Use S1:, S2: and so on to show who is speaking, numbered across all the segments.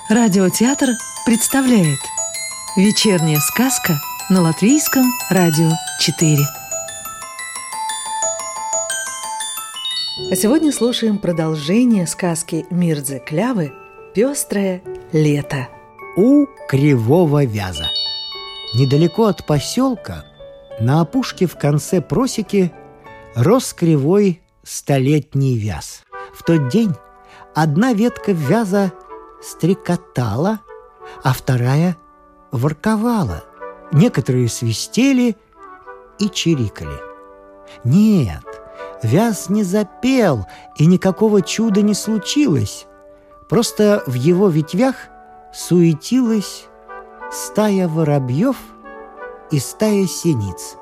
S1: Радиотеатр представляет «Вечерняя сказка» на Латвийском радио 4. А сегодня слушаем продолжение сказки Мирдзы Клявы «Пестрое лето».
S2: У кривого вяза. Недалеко от поселка, на опушке в конце просеки, рос кривой столетний вяз. В тот день одна ветка вяза стрекотала, а вторая ворковала. Некоторые свистели и чирикали. Нет, вяз не запел, и никакого чуда не случилось. Просто в его ветвях суетилась стая воробьев и стая синиц.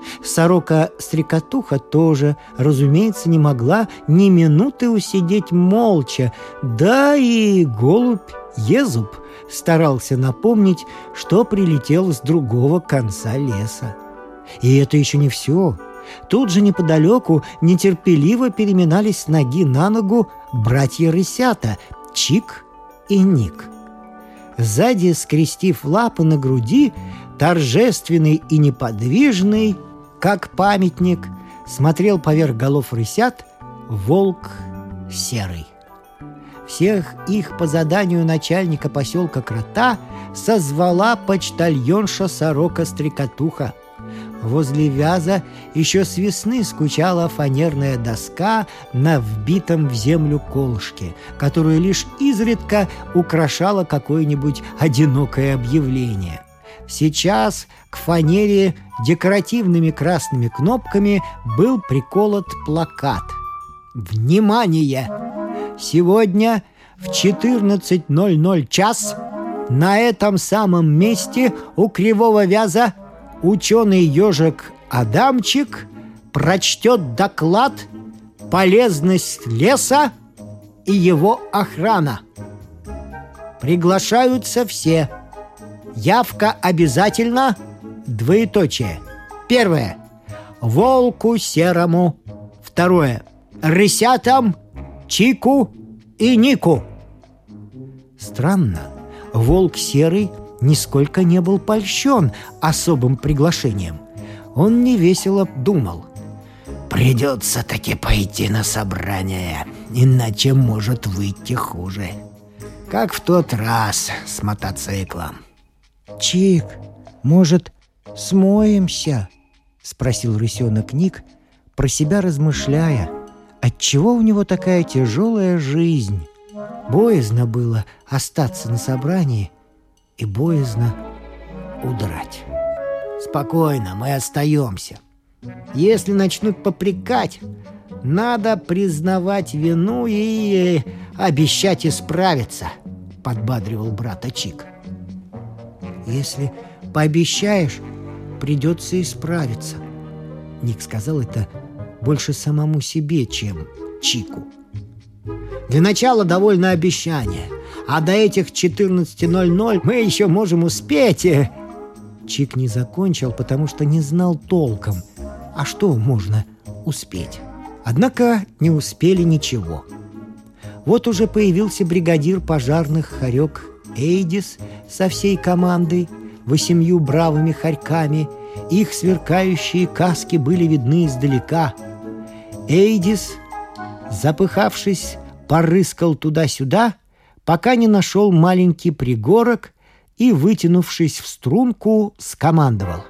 S2: Сорока-стрекотуха тоже, разумеется, не могла ни минуты усидеть молча, да и голубь Езуб старался напомнить, что прилетел с другого конца леса. И это еще не все. Тут же неподалеку нетерпеливо переминались с ноги на ногу братья-рысята Чик и Ник. Сзади, скрестив лапы на груди, торжественный и неподвижный, как памятник, смотрел поверх голов рысят волк серый. Всех их по заданию начальника поселка Крота созвала почтальонша Сорока-стрекотуха. Возле вяза еще с весны скучала фанерная доска на вбитом в землю колышке, которую лишь изредка украшало какое-нибудь одинокое объявление. Сейчас к фанере декоративными красными кнопками был приколот плакат. «Внимание! Сегодня в 14:00 час на этом самом месте у кривого вяза ученый-ежик Адамчик прочтет доклад «Полезность леса и его охрана». Приглашаются все. Явка обязательно. Двоеточие. Первое. Волку серому. Второе. Рысятам, Чику и Нику. Странно. Волк серый нисколько не был польщен особым приглашением. Он невесело думал: придется таки пойти на собрание, иначе может выйти хуже. Как в тот раз с мотоциклом. «Чик, может, смоемся?» — спросил рысенок Ник, про себя размышляя, отчего у него такая тяжелая жизнь. Боязно было остаться на собрании и боязно удрать. «Спокойно, мы остаемся. Если начнут попрекать, надо признавать вину и обещать исправиться», — подбадривал брата Чик. «Если пообещаешь, придется исправиться», — Ник сказал это больше самому себе, чем Чику. «Для начала довольно обещания, а до этих 14:00 мы еще можем успеть». Чик не закончил, потому что не знал толком, а что можно успеть. Однако не успели ничего. Вот уже появился бригадир пожарных хорек Эйдис со всей командой, 8 бравыми хорьками. Их сверкающие каски были видны издалека. Эйдис, запыхавшись, порыскал туда-сюда, пока не нашел маленький пригорок и, вытянувшись в струнку, скомандовал: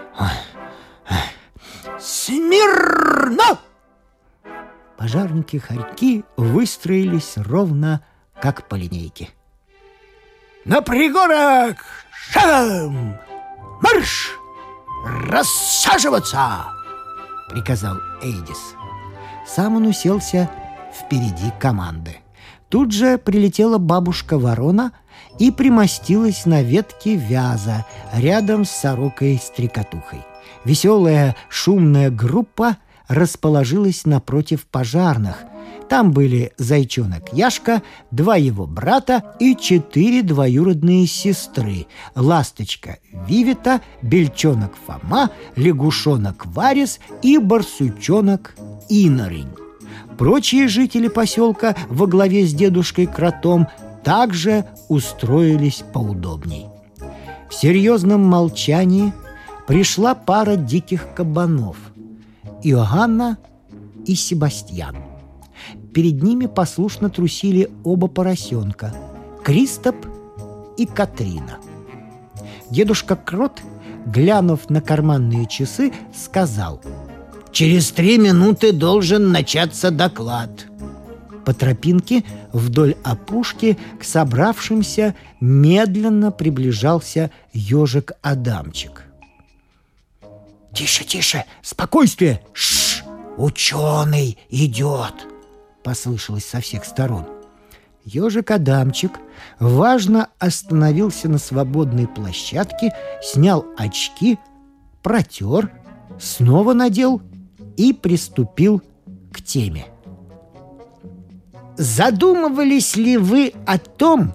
S2: «Смирно!» Пожарники-хорьки выстроились ровно как по линейке. «На пригорок! Шагом! Марш! Рассаживаться!» — приказал Эйдис. Сам он уселся впереди команды. Тут же прилетела бабушка-ворона и примостилась на ветке вяза рядом с сорокой-стрекотухой. Веселая шумная группа расположилась напротив пожарных. Там были зайчонок Яшка, 2 его брата и 4 двоюродные сестры: ласточка Вивета, бельчонок Фома, лягушонок Варис и барсучонок Инорень. Прочие жители поселка во главе с дедушкой Кротом также устроились поудобней. В серьезном молчании пришла пара диких кабанов – Иоганна и Себастьян. Перед ними послушно трусили оба поросенка – Кристоп и Катрина. Дедушка Крот, глянув на карманные часы, сказал: «Через 3 минуты должен начаться доклад». По тропинке вдоль опушки к собравшимся медленно приближался ежик Адамчик. «Тише, тише! Спокойствие! Шш! Ученый идет!» — послышалось со всех сторон. Ежик Адамчик важно остановился на свободной площадке, снял очки, протер, снова надел и приступил к теме. Задумывались ли вы о том,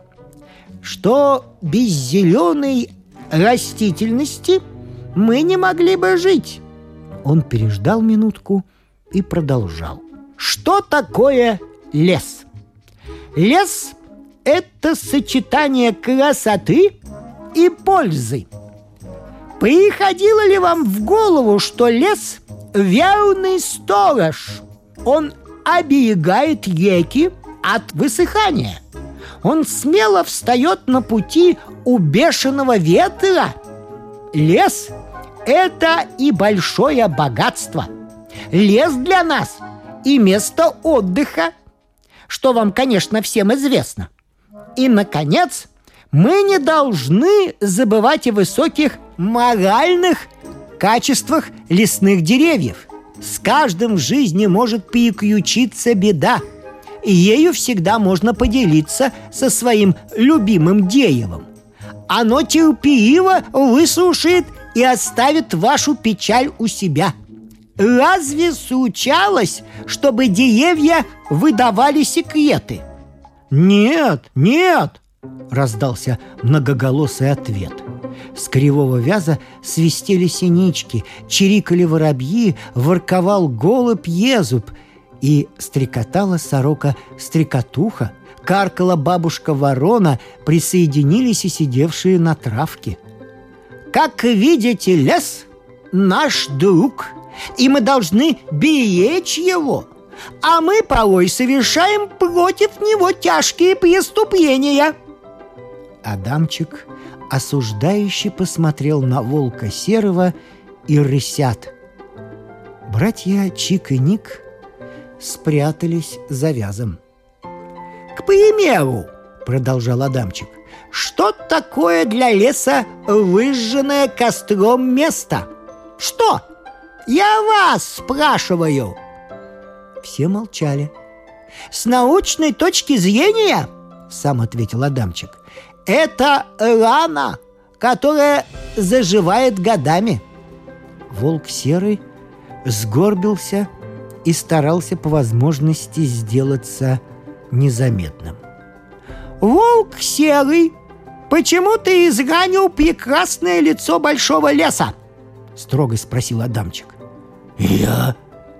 S2: что без зеленой растительности мы не могли бы жить? Он переждал минутку и продолжал. Что такое лес? Лес – это сочетание красоты и пользы. Приходило ли вам в голову, что лес – верный сторож? Он оберегает реки от высыхания. Он смело встает на пути у бешеного ветра. Лес – это и большое богатство. Лес для нас и место отдыха, что вам, конечно, всем известно. И, наконец, мы не должны забывать о высоких моральных качествах лесных деревьев. С каждым в жизни может переключиться беда, и ею всегда можно поделиться со своим любимым деревом. Оно терпеливо выслушает и оставит вашу печаль у себя. Разве случалось, чтобы деревья выдавали секреты? «Нет, нет!» — раздался многоголосый ответ. С кривого вяза свистели синички, чирикали воробьи, ворковал голубь Езуб, и стрекотала сорока-стрекотуха, каркала бабушка-ворона, присоединились и сидевшие на травке. «Как видите, лес — наш друг, и мы должны беречь его, а мы порой совершаем против него тяжкие преступления». Адамчик осуждающе посмотрел на волка серого и рысят. Братья Чик и Ник спрятались за вязом. «К примеру, — продолжал Адамчик, — что такое для леса выжженное костром место? Что? Я вас спрашиваю!» Все молчали. «С научной точки зрения, — сам ответил Адамчик, — это рана, которая заживает годами». Волк серый сгорбился и старался по возможности сделаться незаметным. «Волк серый, почему ты изранил прекрасное лицо большого леса?» — строго спросил Адамчик. Я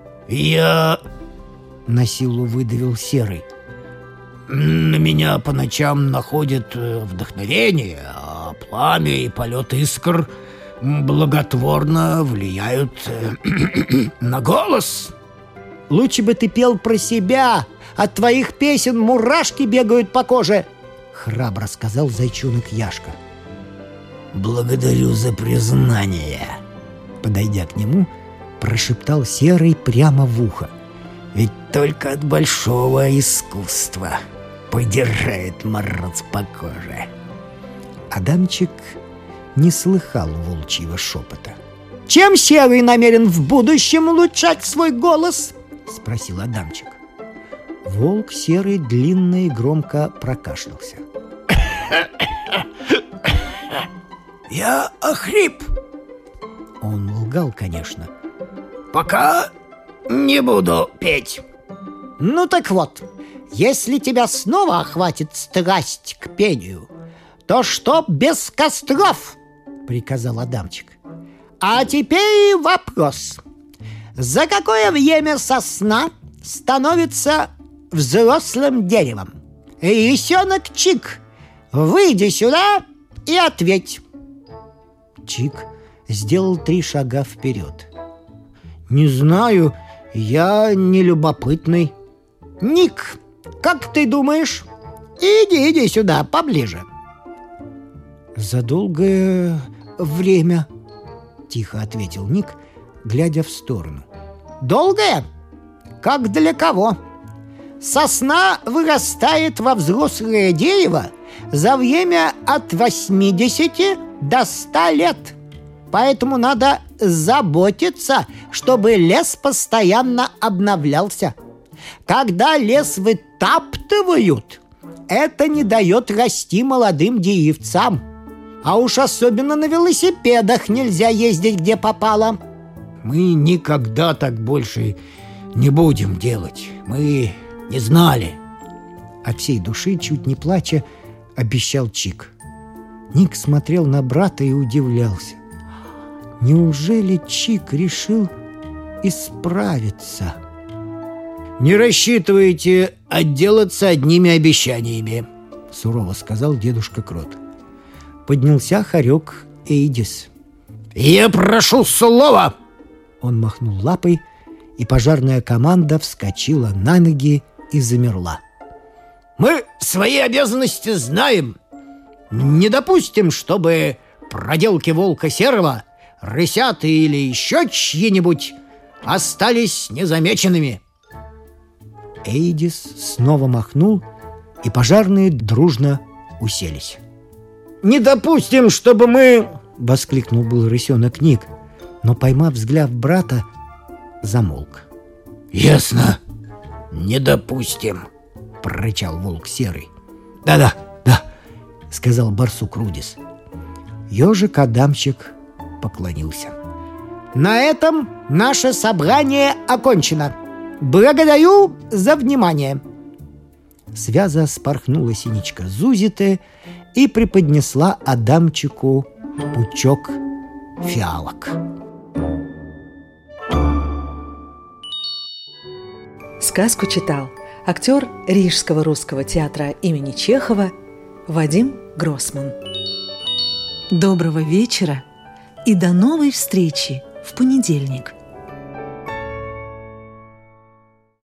S2: на силу выдавил серый. «На меня по ночам находит вдохновение, а пламя и полет искр благотворно влияют на голос». «Лучше бы ты пел про себя. От твоих песен мурашки бегают по коже», — храбро сказал зайчонок Яшка. «Благодарю за признание», — подойдя к нему, прошептал серый прямо в ухо. «Ведь только от большого искусства подирает мороз по коже». Адамчик не слыхал волчьего шепота. «Чем серый намерен в будущем улучшать свой голос?» — спросил Адамчик. Волк серый длинно и громко прокашлялся. «Я охрип!» Он лгал, конечно. «Пока не буду петь». «Ну так вот, если тебя снова охватит страсть к пению, то чтоб без костров!» — приказал Адамчик. «А теперь вопрос. За какое время сосна становится взрослым деревом? Лисенок Чик, выйди сюда и ответь. Чик сделал 3 шага вперед. Не знаю, я не любопытный. Ник, как ты думаешь? Иди сюда поближе. За долгое время, тихо ответил Ник, глядя в сторону. Долгое? Как для кого? Сосна вырастает во взрослое дерево за время от 80 до 100 лет. Поэтому надо заботиться, чтобы лес постоянно обновлялся. Когда лес вытаптывают, это не дает расти молодым деревцам. А уж особенно на велосипедах нельзя ездить где попало. Мы никогда так больше не будем делать. Мы не знали. От всей души, чуть не плача, обещал Чик. Ник смотрел на брата и удивлялся. Неужели Чик решил исправиться? «Не рассчитывайте отделаться одними обещаниями», — сурово сказал дедушка Крот. Поднялся хорек Эйдис. «Я прошу слова!» Он махнул лапой, и пожарная команда вскочила на ноги и замерла. «Мы свои обязанности знаем. Не допустим, чтобы проделки волка серого, рысята или еще чьи-нибудь остались незамеченными». Эйдис снова махнул, и пожарные дружно уселись. «Не допустим, чтобы мы...» — воскликнул был рысенок Ник, но, поймав взгляд брата, замолк. «Ясно, не допустим», — прорычал волк серый. «Да», — сказал барсук Рудис. Ежик Адамчик поклонился. «На этом наше собрание окончено. Благодарю за внимание!» Связа спорхнула синичка Зузите и преподнесла Адамчику пучок фиалок.
S1: Сказку читал актер Рижского русского театра имени Чехова Вадим Гроссман. Доброго вечера и до новой встречи в понедельник.